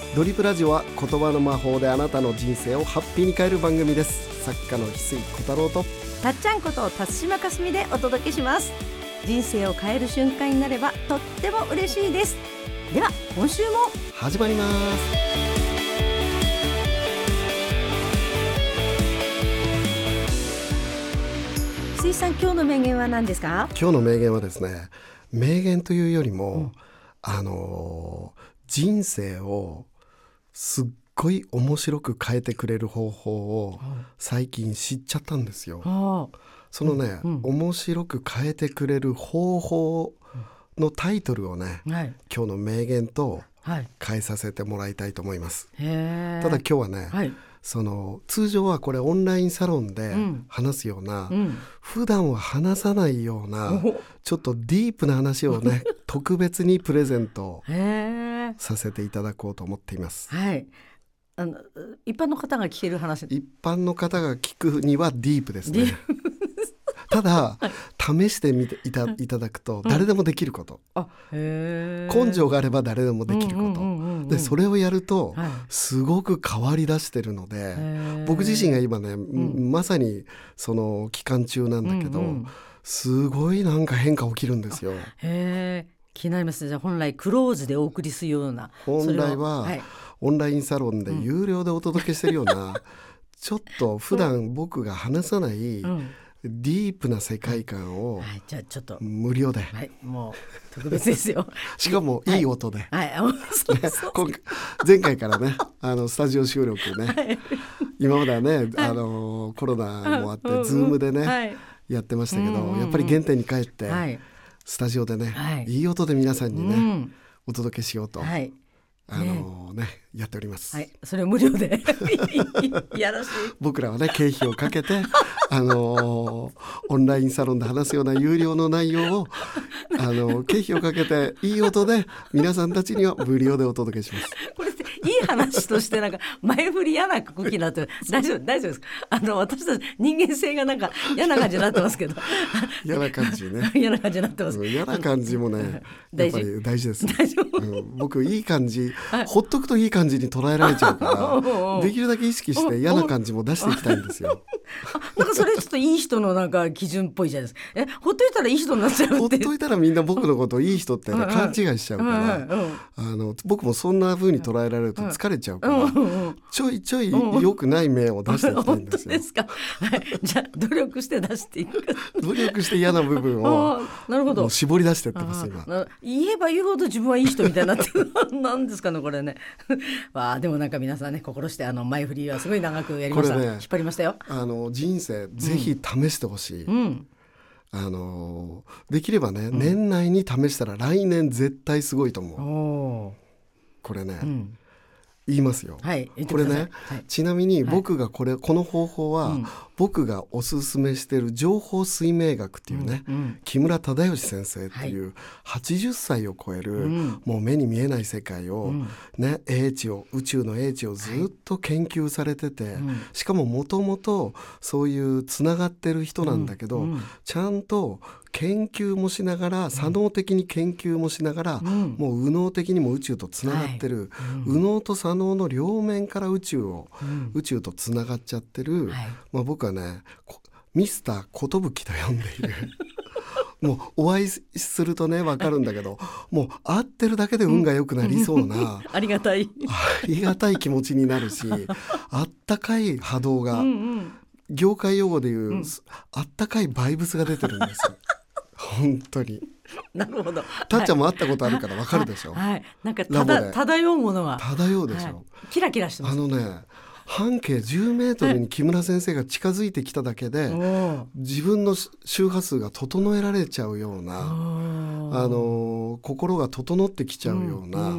ドリップラジオは言葉の魔法であなたの人生をハッピーに変える番組です。作家の翡翠小太郎とたっちゃんこと辰島かすみでお届けします。人生を変える瞬間になればとっても嬉しいです。では今週も始まります。 翡翠さん、今日の名言は何ですか？ 今日の名言はですね、名言というよりも、人生をすっごい面白く変えてくれる方法を最近知っちゃったんですよ。そのね、面白く変えてくれる方法のタイトルをね、今日の名言と変えさせてもらいたいと思います。ただ今日はね、その通常はこれオンラインサロンで話すような、普段は話さないようなちょっとディープな話をね特別にプレゼントさせていただこうと思っています。 一般の方が聞ける話。 一般の方が聞くにはディープですね。ただ、試してみていただくと誰でもできること、根性があれば誰でもできること、でそれをやるとすごく変わり出してるので、僕自身が今ね、まさにその期間中なんだけど、すごいなんか変化起きるんですよ。 気になりますね。じゃあ本来クローズでお送りするような、 本来は、オンラインサロンで有料でお届けしてるような、ちょっと普段僕が話さないディープな世界観をじゃあちょっと無料で、 もう特別ですよ。 しかもいい音で、 前回からねスタジオ収録ね、今まではね、コロナもあってズームでね、やってましたけど、やっぱり原点に帰って、スタジオでね、いい音で皆さんにね、お届けしようと、やっております。 それを無料でやらしい。 僕らはね、経費をかけてオンラインサロンで話すような有料の内容を経費をかけていい音で皆さんたちには無料でお届けします。 これっていい話としてなんか前振り嫌な空気になって大丈夫ですか？私たち人間性がなんか嫌な感じになってますけど嫌な感じね嫌な感じになってます。 嫌な感じもね、やっぱり大事です。 大丈夫、 僕いい感じ、ほっとくといい感じに捉えられちゃうからできるだけ意識して嫌な感じも出していきたいんですよ。 なんかそれちょっといい人のなんか基準っぽいじゃないですか。ほっといたらいい人になっちゃうって。 ほっといたらみんな僕のことをいい人って勘違いしちゃうから、僕もそんな風に捉えられると疲れちゃうから、ちょいちょい良くない面を出していきたいんですよ。 本当ですか？じゃあ努力して出していく。 努力して嫌な部分をなるほど、 絞り出していってます今。 言えば言うほど自分はいい人みたいになってるなんですかねこれね。でもなんか皆さんね、心して前振りはすごい長くやりました。引っ張りましたよ。 人生ぜひ試してほしい。できればね、年内に試したら来年絶対すごいと思う。これね、言いますよ。これね、ちなみに僕がこの方法は、僕がおすすめしている情報水明学っていうね、木村忠義先生っていう80歳を超える、もう目に見えない世界を、英知を、宇宙の英知をずっと研究されてて、しかももともとそういうつながってる人なんだけど、ちゃんと研究もしながら、左脳的に研究もしながら、もう右脳的にも宇宙とつながってる、右脳と左脳の両面から宇宙とつながっちゃってる、僕はね、ミスター寿と呼んでいるもうお会いするとね分かるんだけど、もう会ってるだけで運が良くなりそうな、 ありがたい気持ちになるし、あったかい波動が、業界用語でいうあったかいバイブスが出てるんですよ。本当に。 なるほど。 たっちゃんも会ったことあるから分かるでしょ。 なんか漂うものは漂うでしょ。 キラキラしてます。 半径10メートルに木村先生が近づいてきただけで、自分の周波数が整えられちゃうような、心が整ってきちゃうような、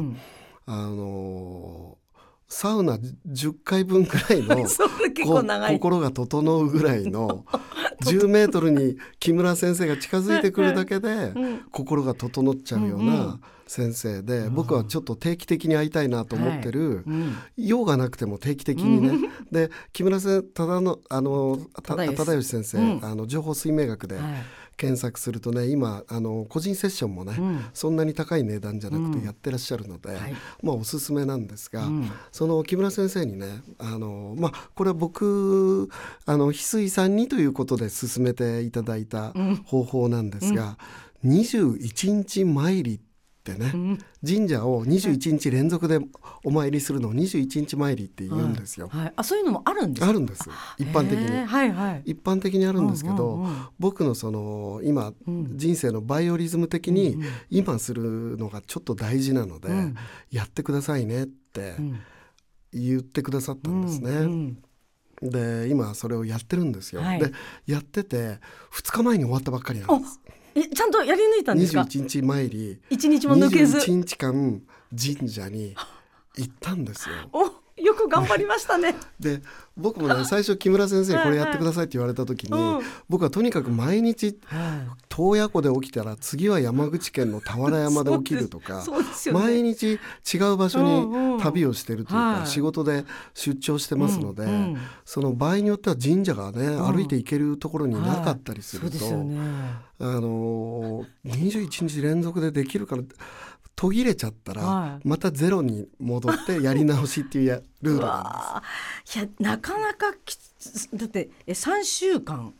サウナ10回分くらいの心が整うぐらいの10メートルに木村先生が近づいてくるだけで心が整っちゃうような先生で、僕はちょっと定期的に会いたいなと思ってる、用がなくても定期的にね、で木村忠義先生、情報水明学で検索するとね、今個人セッションもね、そんなに高い値段じゃなくてやってらっしゃるので、おすすめなんですが、その木村先生にね、これは僕翡翠さんにということで勧めていただいた方法なんですが、21日参りってね、神社を21日連続でお参りするのを21日参りって言うんですよ。 そういうのもあるんですか？ あるんです、一般的に、一般的にあるんですけど、僕のその今、人生のバイオリズム的に今するのがちょっと大事なので、やってくださいねって言ってくださったんですね。で今それをやってるんですよ。でやってて2日前に終わったばっかりなんです。 ちゃんとやり抜いたんですか ？21日参り、 1日も抜けず 21日間神社に行ったんですよ。 よく頑張りましたね。 で僕もね、最初木村先生にこれやってくださいって言われた時に、僕はとにかく毎日洞爺湖で起きたら次は山口県の俵山で起きるとか、毎日違う場所に旅をしてるというか、仕事で出張してますので、その場合によっては神社がね、歩いて行けるところになかったりすると、21日連続でできるから途切れちゃったら、またゼロに戻ってやり直しっていうルールなんです。 いやなかなかだって3週間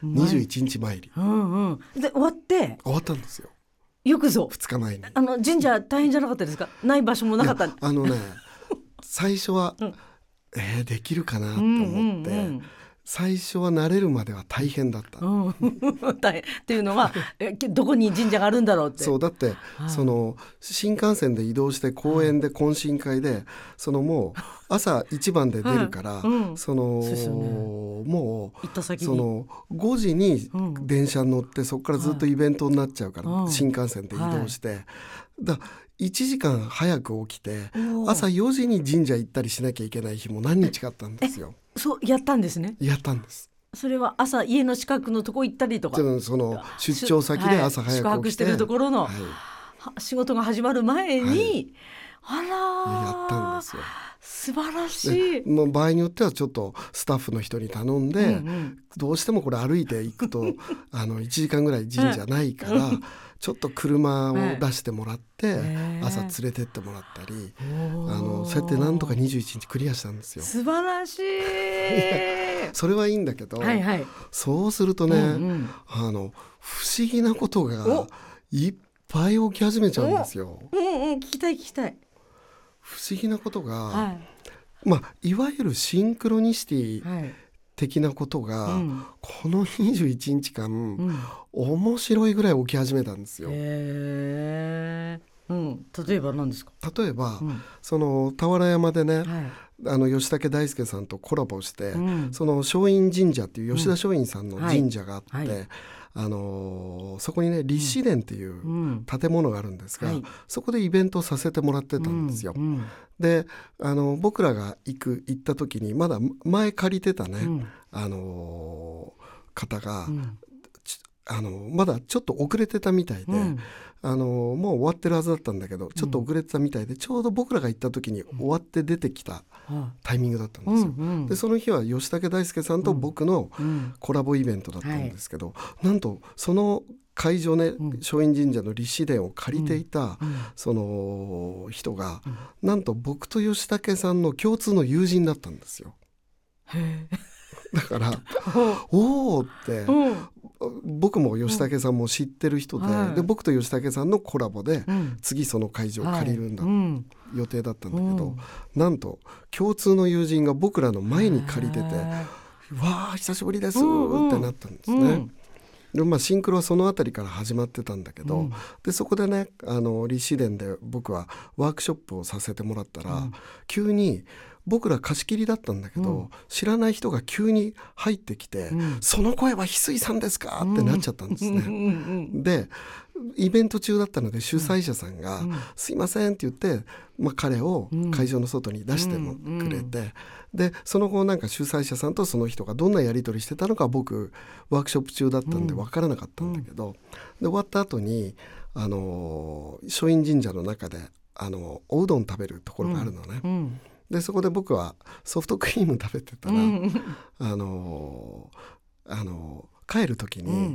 21日参り、 で終わったんですよ。 よくぞ 2日前に神社大変じゃなかったですか？ない場所もなかった。 最初は、できるかなと思って、最初は慣れるまでは大変だった、 っていうのはどこに神社があるんだろうって。 そうだって、その新幹線で移動して公園で懇親会で、そのもう朝一番で出るから、そのもうその5時に電車に乗って、そこからずっとイベントになっちゃうから、新幹線で移動して、だ1時間早く起きて朝4時に神社行ったりしなきゃいけない日も何日かあったんですよ。 そうやったんですね。 やったんです。 それは朝家の近くのとこ行ったりとか、 その出張先で朝早く起きて、 宿泊してるところの、仕事が始まる前に、 やったんですよ。 素晴らしい。 もう場合によってはちょっとスタッフの人に頼んで、どうしてもこれ歩いていくと1時間ぐらい神社ないから、ちょっと車を出してもらって、朝連れてってもらったり、そうやってなんとか21日クリアしたんですよ。 素晴らしい。 それはいいんだけど、そうするとね、不思議なことがいっぱい起き始めちゃうんですよ。 聞きたい不思議なことが、いわゆるシンクロニシティ的なことが、この21日間、面白いぐらい起き始めたんですよ。 例えば何ですか？ 例えば、その俵山でね、吉武大輔さんとコラボして、その松陰神社っていう吉田松陰さんの神社があって、そこにね立志殿っていう建物があるんですが、そこでイベントをさせてもらってたんですよ。で僕らが行った時にまだ前借りてたね、方が、まだちょっと遅れてたみたいで、もう終わってるはずだったんだけど、ちょっと遅れてたみたいで、ちょうど僕らが行った時に終わって出てきたタイミングだったんですよ。でその日は吉武大輔さんと僕のコラボイベントだったんですけど、なんとその会場ね、松陰神社の立志殿を借りていた、その人が、なんと僕と吉武さんの共通の友人だったんですよ。だからおーって、僕も吉武さんも知ってる人で、で僕と吉武さんのコラボで、次その会場を借りるんだ、予定だったんだけど、なんと共通の友人が僕らの前に借りてて、わー久しぶりですってなったんですね。でシンクロはそのあたりから始まってたんだけど、でそこでね立志殿で僕はワークショップをさせてもらったら、急に僕ら貸し切りだったんだけど、知らない人が急に入ってきて、その声は翡翠さんですかってなっちゃったんですね。でイベント中だったので主催者さんが、すいませんって言って、彼を会場の外に出してもくれて、でその後なんか主催者さんとその人がどんなやり取りしてたのか僕ワークショップ中だったんで分からなかったんだけど、で終わった後に松陰神社の中でおうどん食べるところがあるのね。でそこで僕はソフトクリーム食べてたら、帰る時に、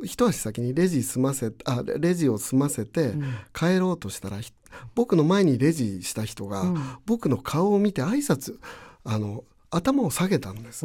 一足先にレジを済ませて帰ろうとしたら、僕の前にレジした人が僕の顔を見て挨拶頭を下げたんです。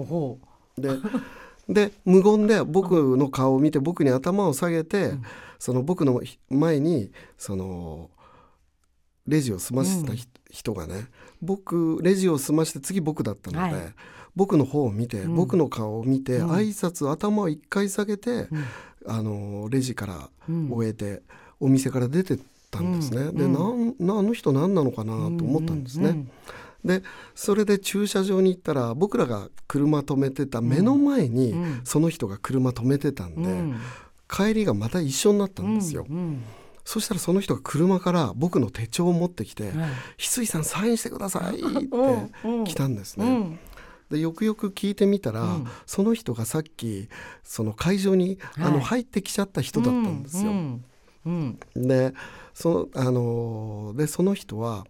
で無言で僕の顔を見て僕に頭を下げて、その僕の前にそのレジを済ませた人がね、レジを済まして次僕だったので、僕の方を見て、僕の顔を見て、挨拶頭を一回下げて、レジから終えて、お店から出てったんですね。であの人何なのかなと思ったんですね。でそれで駐車場に行ったら、僕らが車止めてた目の前にその人が車止めてたんで、帰りがまた一緒になったんですよ。そしたらその人が車から僕の手帳を持ってきて、翡翠さんサインしてくださいって来たんですね。でよくよく聞いてみたら、その人がさっきその会場に入ってきちゃった人だったんですよ。でその人は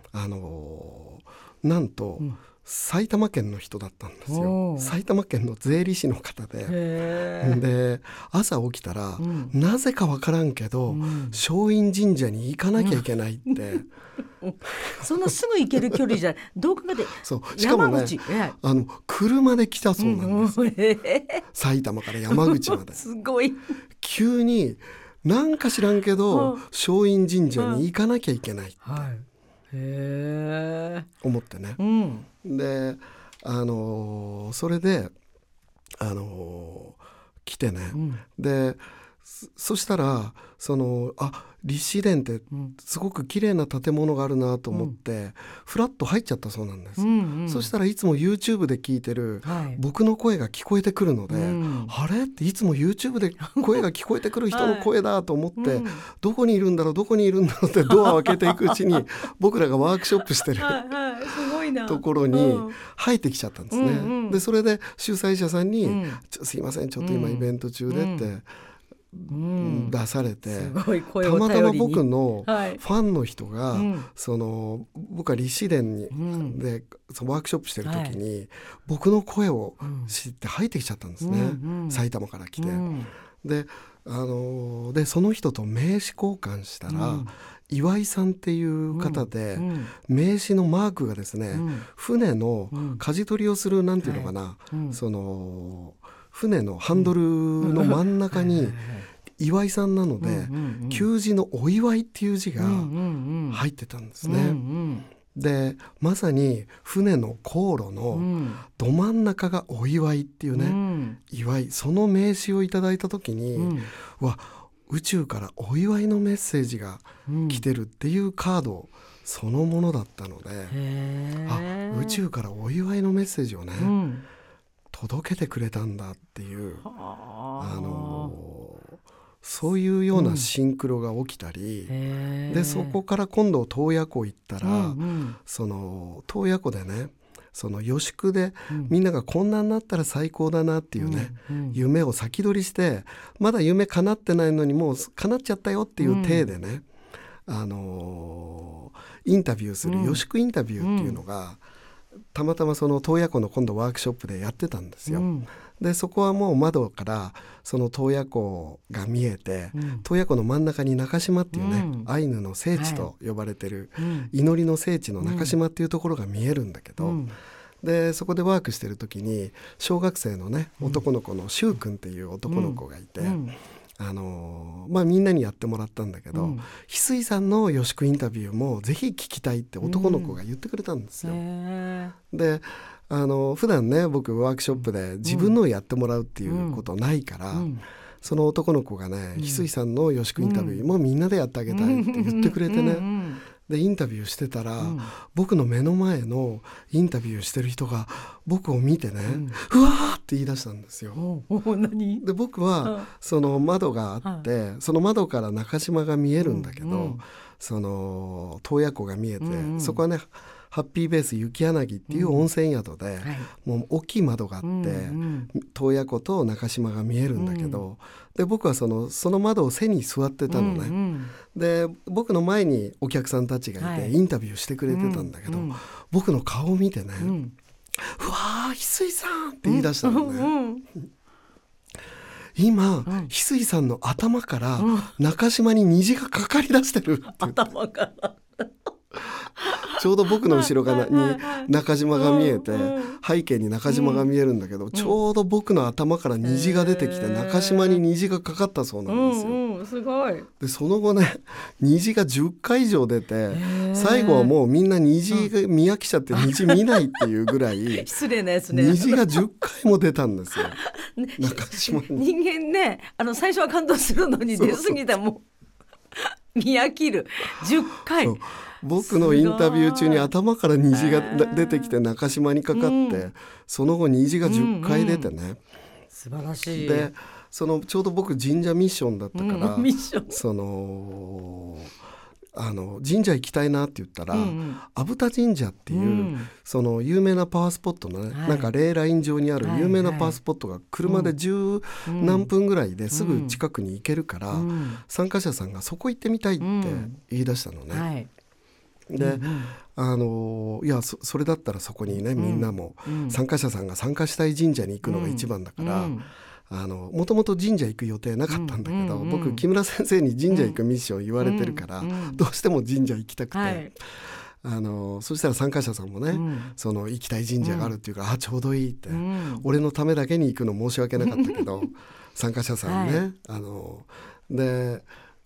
なんと、埼玉県の人だったんですよ。埼玉県の税理士の方で、朝起きたら、なぜか分からんけど、松陰神社に行かなきゃいけないって、 そんなすぐ行ける距離じゃどこかで、 しかもね、車で来たそうなんです、埼玉から山口まで。 すごい。 急になんか知らんけど、松陰神社に行かなきゃいけないって、思ってね。でそれで来てね、でそしたら立志殿ってすごく綺麗な建物があるなと思って、フラッと入っちゃったそうなんです。そしたらいつも YouTube で聞いてる僕の声が聞こえてくるので、あれっていつも YouTube で声が聞こえてくる人の声だと思って、どこにいるんだろうってドアを開けていくうちに僕らがワークショップしてるところに入ってきちゃったんですね。でそれで主催者さんに、すいませんちょっと今イベント中でって出されて、たまたま僕のファンの人が、僕は立志殿でワークショップしてる時に、僕の声を知って入ってきちゃったんですね、埼玉から来て。でその人と名刺交換したら、岩井さんっていう方で、名刺のマークがですね、船の舵取りをするなんていうのかな、船のハンドルの真ん中に岩井さんなので、旧字のお祝いっていう字が入ってたんですね。でまさに船の航路のど真ん中がお祝いっていうね、祝い、その名刺をいただいた時に、宇宙からお祝いのメッセージが来てるっていうカードそのものだったので、宇宙からお祝いのメッセージをね、届けてくれたんだっていう、そういうようなシンクロが起きたり、でそこから今度洞爺湖行ったら、その洞爺湖でね、その予宿でみんながこんなになったら最高だなっていうね、夢を先取りして、まだ夢叶ってないのにもう叶っちゃったよっていう体でね、インタビューする予宿インタビューっていうのが、たまたまその洞爺湖の今度ワークショップでやってたんですよ。でそこはもう窓からその洞爺湖が見えて、洞爺湖の真ん中に中島っていうね、アイヌの聖地と呼ばれてる、祈りの聖地の中島っていうところが見えるんだけど、でそこでワークしてる時に小学生のね男の子のしゅうくんっていう男の子がいて、みんなにやってもらったんだけど、翡翠さんの予宿インタビューもぜひ聞きたいって男の子が言ってくれたんですよ。で普段ね僕ワークショップで自分のをやってもらうっていうことないから、その男の子がね、翡翠さんの予宿インタビューもみんなでやってあげたいって言ってくれてね、でインタビューしてたら、僕の目の前のインタビューしてる人が僕を見てね、うわーって言い出したんですよ。で僕はその窓があって、その窓から中島が見えるんだけど、その洞爺湖が見えて、そこはねハッピーベース雪柳っていう温泉宿で、もう大きい窓があって、洞爺湖と中島が見えるんだけど、で僕はその窓を背に座ってたのね、で僕の前にお客さんたちがいて、インタビューしてくれてたんだけど、僕の顔を見てね、うわー翡翠さんって言い出したのね、 今、翡翠さんの頭から中島に虹がかかりだしてるって頭からちょうど僕の後ろ側に中島が見えて、背景に中島が見えるんだけど、ちょうど僕の頭から虹が出てきて中島に虹がかかったそうなんですよ。 すごい。 でその後ね、虹が10回以上出て、最後はもうみんな虹が見飽きちゃって虹見ないっていうぐらい失礼なやつね。 虹が10回も出たんですよ中島に。 人間ね、最初は感動するのに出過ぎたもう見飽きる10回。 僕のインタビュー中に頭から虹が出てきて中島にかかって、その後虹が10回出てね、 素晴らしい。 でちょうど僕神社ミッションだったから、 ミッション、 神社行きたいなって言ったら、阿武田神社っていう、その有名なパワースポットのね、なんかレーライン上にある有名なパワースポットが車で10何分ぐらいですぐ近くに行けるから、参加者さんがそこ行ってみたいって言い出したのね。で、いや それだったらそこにね、みんなも参加者さんが参加したい神社に行くのが一番だから、もともと神社行く予定なかったんだけど、僕木村先生に神社行くミッション言われてるから、どうしても神社行きたくて、そしたら参加者さんもね、その行きたい神社があるっていうから、ちょうどいいって、俺のためだけに行くの申し訳なかったけど参加者さんね、で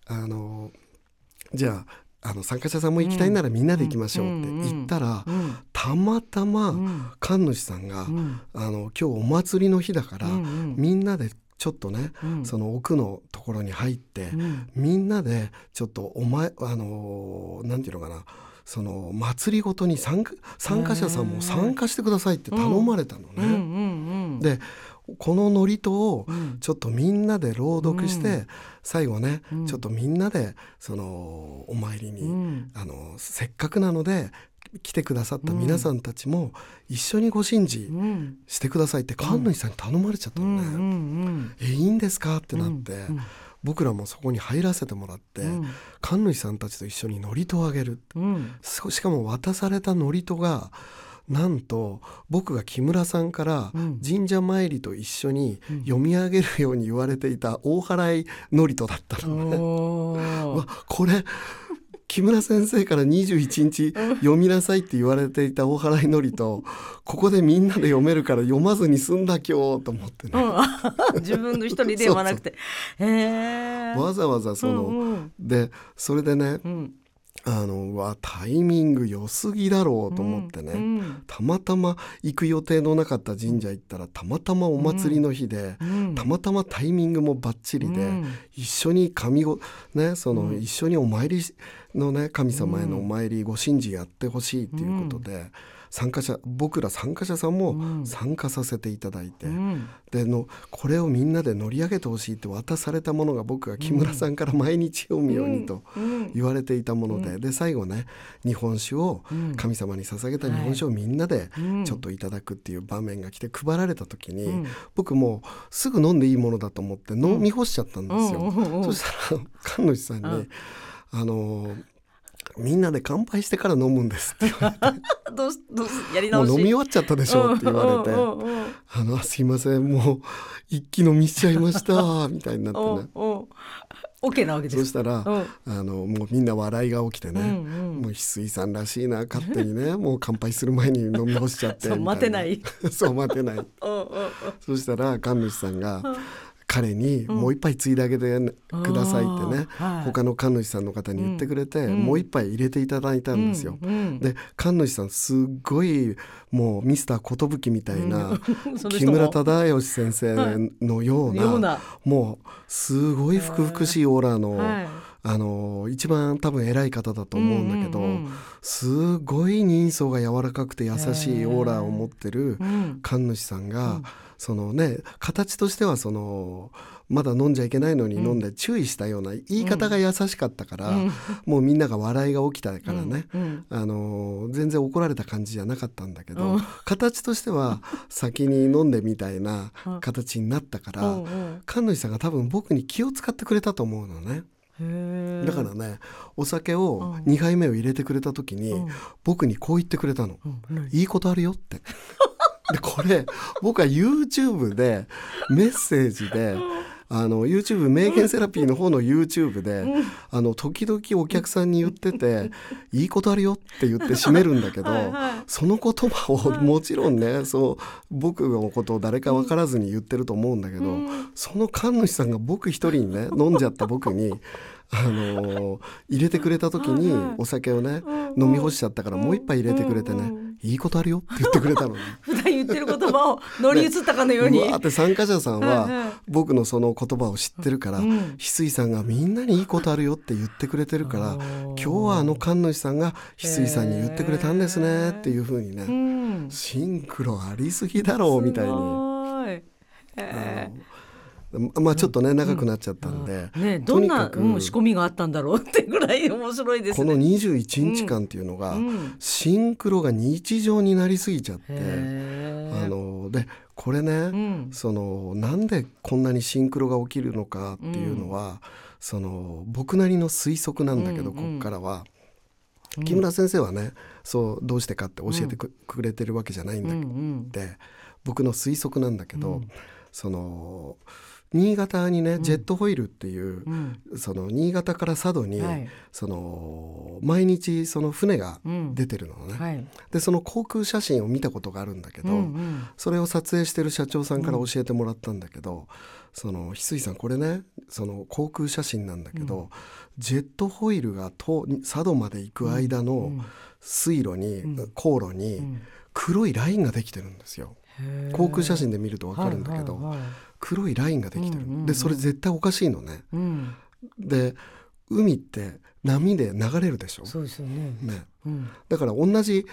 じゃあ参加者さんも行きたいならみんなで行きましょうって言ったら、たまたま神主さんが、今日お祭りの日だから、みんなでちょっとね、その奥のところに入って、みんなでちょっとなんていうのかな、その祭りごとに参加者さんも参加してくださいって頼まれたのね。でこの祝詞をちょっとみんなで朗読して、最後ね、ちょっとみんなでそのお参りに、せっかくなので来てくださった皆さんたちも一緒にご神事してくださいって神主さんに頼まれちゃったのね。いいんですかってなって、僕らもそこに入らせてもらって、神主さんたちと一緒に祝詞をあげる、しかも渡された祝詞がなんと僕が木村さんから神社参りと一緒に読み上げるように言われていた大祓祝詞だったのね。これ木村先生から21日読みなさいって言われていた大祓祝詞と、ここでみんなで読めるから読まずに済んだ今日と思ってね、 自分の一人で読まなくてわざわざでそれでね、タイミング良すぎだろうと思ってね、たまたま行く予定のなかった神社行ったら、たまたまお祭りの日で、たまたまタイミングもバッチリで、一緒に一緒にお参りのね、神様へのお参りご神事やってほしいっていうことで、僕ら参加者さんも参加させていただいて、でこれをみんなで乗り上げてほしいって渡されたものが、僕が木村さんから毎日読むようにと言われていたもので、で最後ね、日本酒を神様に捧げた日本酒をみんなでちょっといただくっていう場面が来て、配られた時に、僕もうすぐ飲んでいいものだと思って飲み干しちゃったんですよ。そしたら神主さんにみんなで乾杯してから飲むんですって言われてどうやり直し、 もう飲み終わっちゃったでしょって言われて、すいません、もう一気飲みしちゃいましたみたいになってね OK なわけです。 そしたら、もうみんな笑いが起きてね、もう翡翠さんらしいな、勝手にねもう乾杯する前に飲み干しちゃってみたいな待てないそう待てないそしたら神主さんが彼にもう一杯ついであげてくださいってね、他の神主さんの方に言ってくれて、もう一杯入れていただいたんですよ。で神主さんすっごいもうミスター寿みたいな、木村忠義先生のような、もうすごいふくふくしいオーラの、一番多分偉い方だと思うんだけど、すごい人相が柔らかくて優しいオーラを持ってる神主さんが、そのね、形としてはまだ飲んじゃいけないのに飲んで注意したような言い方が優しかったから、もうみんなが笑いが起きたからね、全然怒られた感じじゃなかったんだけど、形としては先に飲んでみたいな形になったから、神主さんが多分僕に気を使ってくれたと思うのね。だからね、お酒を2杯目を入れてくれた時に、僕にこう言ってくれたの、いいことあるよってでこれ僕は YouTube でメッセージで YouTube 名言セラピーの方の YouTube で時々お客さんに言ってていいことあるよって言って締めるんだけどその言葉をもちろんねそう僕のことを誰か分からずに言ってると思うんだけどその神主さんが僕一人にね飲んじゃった僕に入れてくれた時にお酒をね飲み干しちゃったからもう一杯入れてくれてねいいことあるよって言ってくれたのね普段言ってる言葉を乗り移ったかのように、 うわーって参加者さんは僕のその言葉を知ってるから翡翠さんがみんなにいいことあるよって言ってくれてるから今日は神主さんが翡翠さんに言ってくれたんですねっていう風にねシンクロありすぎだろうみたいにまあちょっとね長くなっちゃったんで、 ね、どんな、仕込みがあったんだろうってぐらい面白いですね。 この21日間っていうのが、シンクロが日常になりすぎちゃってでこれね、なんでこんなにシンクロが起きるのかっていうのは、僕なりの推測なんだけど、ここからは木村先生はねそうどうしてかって教えてくれてるわけじゃないんだけど、僕の推測なんだけど、新潟にねジェットホイールっていう、新潟から佐渡に、毎日その船が出てるのね、でその航空写真を見たことがあるんだけど、それを撮影してる社長さんから教えてもらったんだけど、翡翠さんこれねその航空写真なんだけど、ジェットホイールが佐渡まで行く間の水路に、航路に黒いラインができてるんですよ。航空写真で見ると分かるんだけど、黒いラインができてる、でそれ絶対おかしいのね、で海って波で流れるでしょ。 そうですよね。 だから同じ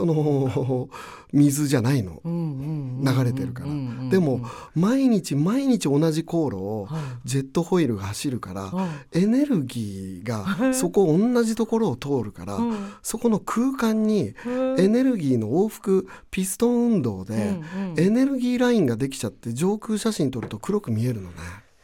水じゃないの、流れてるから、でも毎日同じ航路をジェットホイールが走るから、エネルギーがそこ同じところを通るから、そこの空間にエネルギーの往復ピストン運動でエネルギーラインができちゃって上空写真撮ると黒く見えるのね。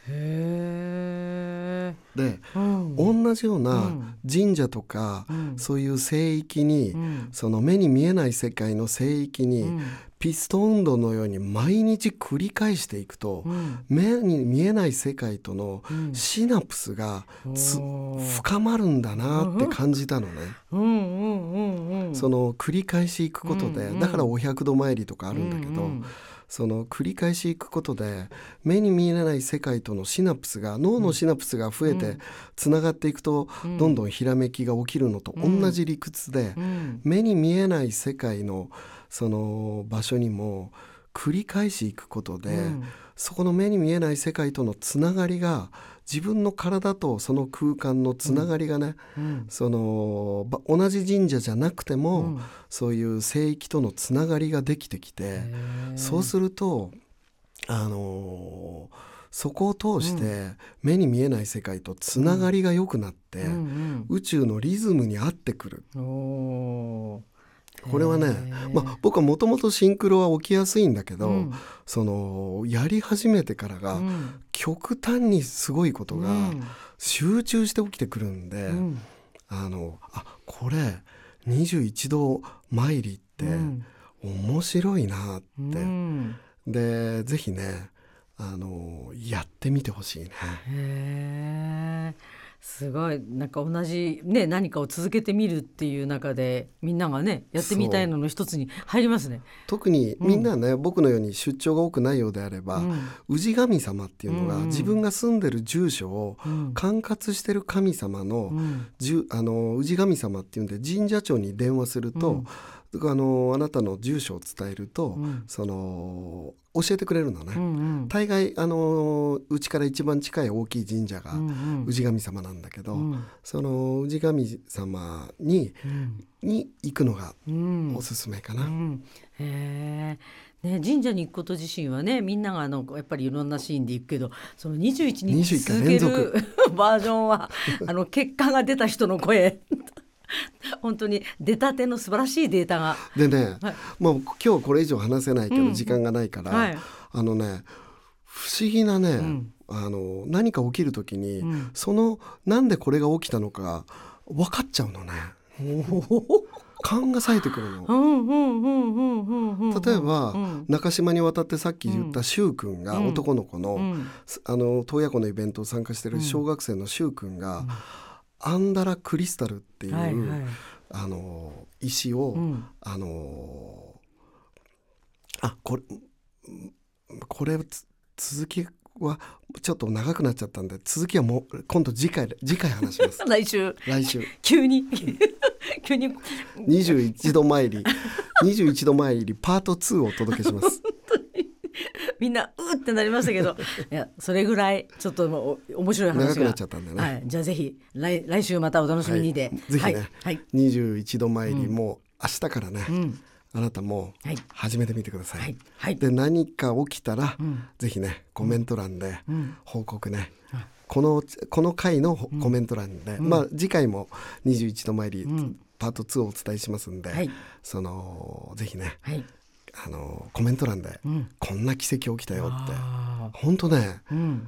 で、同じような神社とか、そういう聖域に、その目に見えない世界の聖域に、ピストン運動のように毎日繰り返していくと、目に見えない世界とのシナプスが深まるんだなって感じたのね。その繰り返しいくことで、だからお百度参りとかあるんだけど、その繰り返しいくことで目に見えない世界とのシナプスが、脳のシナプスが増えてつながっていくと、どんどんひらめきが起きるのと同じ理屈で、目に見えない世界のその場所にも繰り返しいくことで、そこの目に見えない世界とのつながりが、自分の体とその空間のつながりがね、同じ神社じゃなくても、そういう聖域とのつながりができてきて、そうするとそこを通して目に見えない世界とつながりが良くなって、宇宙のリズムに合ってくる。これはね、僕はもともとシンクロは起きやすいんだけど、やり始めてからが、極端にすごいことが集中して起きてくるんで、これ21度参りって面白いなって、でぜひねやってみてほしいね。 すごい、なんか同じ、何かを続けてみるっていう中でみんながねやってみたいのの一つに入りますね。 特にみんなね、僕のように出張が多くないようであれば、氏神様っていうのが、自分が住んでる住所を管轄してる神様の、氏神様っていうんで神社長に電話すると、あなたの住所を伝えると、教えてくれるのね。大概うちから一番近い大きい神社が氏神様なんだけど、その氏神様に行くのがおすすめかな。 神社に行くこと自身はね、みんながやっぱりいろんなシーンで行くけど、その21日続けるバージョンは結果が出た人の声本当に出たての素晴らしいデータがでね、もう今日これ以上話せないけど、時間がないから、不思議なね、何か起きるときに、なんでこれが起きたのか分かっちゃうのね。 勘が冴えてくるの。例えば、中島に渡ってさっき言った柊君が、男の子の、洞爺湖のイベントを参加している小学生の柊君が、アンダラクリスタルっていう、石を、これ続きはちょっと長くなっちゃったんで、続きはもう今度次回話します来週急に 21度参りパート2をお届けしますみんなってなりましたけどいやそれぐらいちょっと面白い話が長くなっちゃったんでね、 じゃあぜひ 来週またお楽しみにで、 ぜひね、21度参りも明日からね、あなたも始めてみてください、で何か起きたら、ぜひねコメント欄で報告ね、この回のコメント欄で、次回も21度参り、パート2をお伝えしますんで、ぜひね、コメント欄で、こんな奇跡起きたよって本当ね、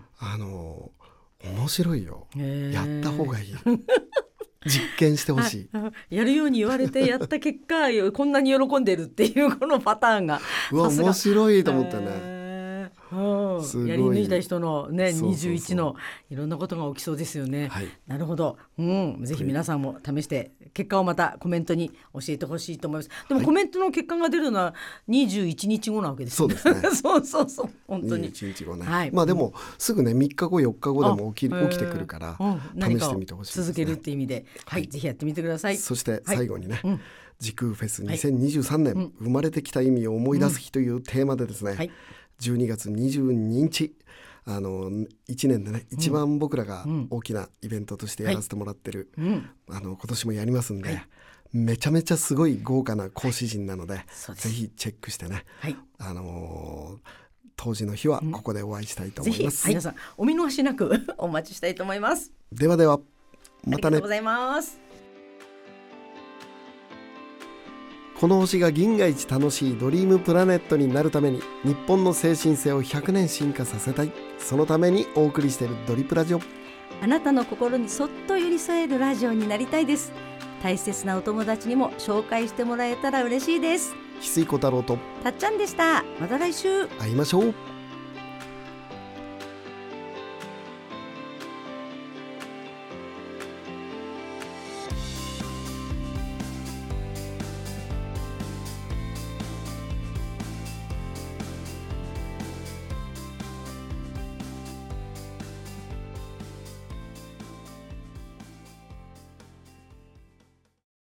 面白いよ、やった方がいい実験してほしい、 やるように言われてやった結果こんなに喜んでるっていうこのパターンが面白いと思ってね、 やり抜いた人のね21のいろんなことが起きそうですよね、なるほど、ぜひ皆さんも試して結果をまたコメントに教えてほしいと思います。でもコメントの結果が出るのは21日後なわけですね。 そうですねそう本当に 21日後ね、でもすぐね3日後4日後でも起きてくるから、試してみてほしいですね。 続けるっていう意味で、ぜひやってみてください。 そして最後にね、時空フェス2023年、生まれてきた意味を思い出す日というテーマでですね、12月22日1年でね一番僕らが大きなイベントとしてやらせてもらってる、今年もやりますんで、めちゃめちゃすごい豪華な講師陣なので、ぜひチェックしてね、当時の日はここでお会いしたいと思います。 ぜひ、皆さんお見逃しなくお待ちしたいと思います。 ではまたね。 ありがとうございます。 この星が銀河一楽しいドリームプラネットになるために、日本の精神性を100年進化させたい。そのためにお送りしているドリプラジオ。 あなたの心にそっと寄り添えるラジオになりたいです。大切なお友達にも紹介してもらえたら嬉しいです。 翡翠小太郎とたっちゃんでした。また来週会いましょう。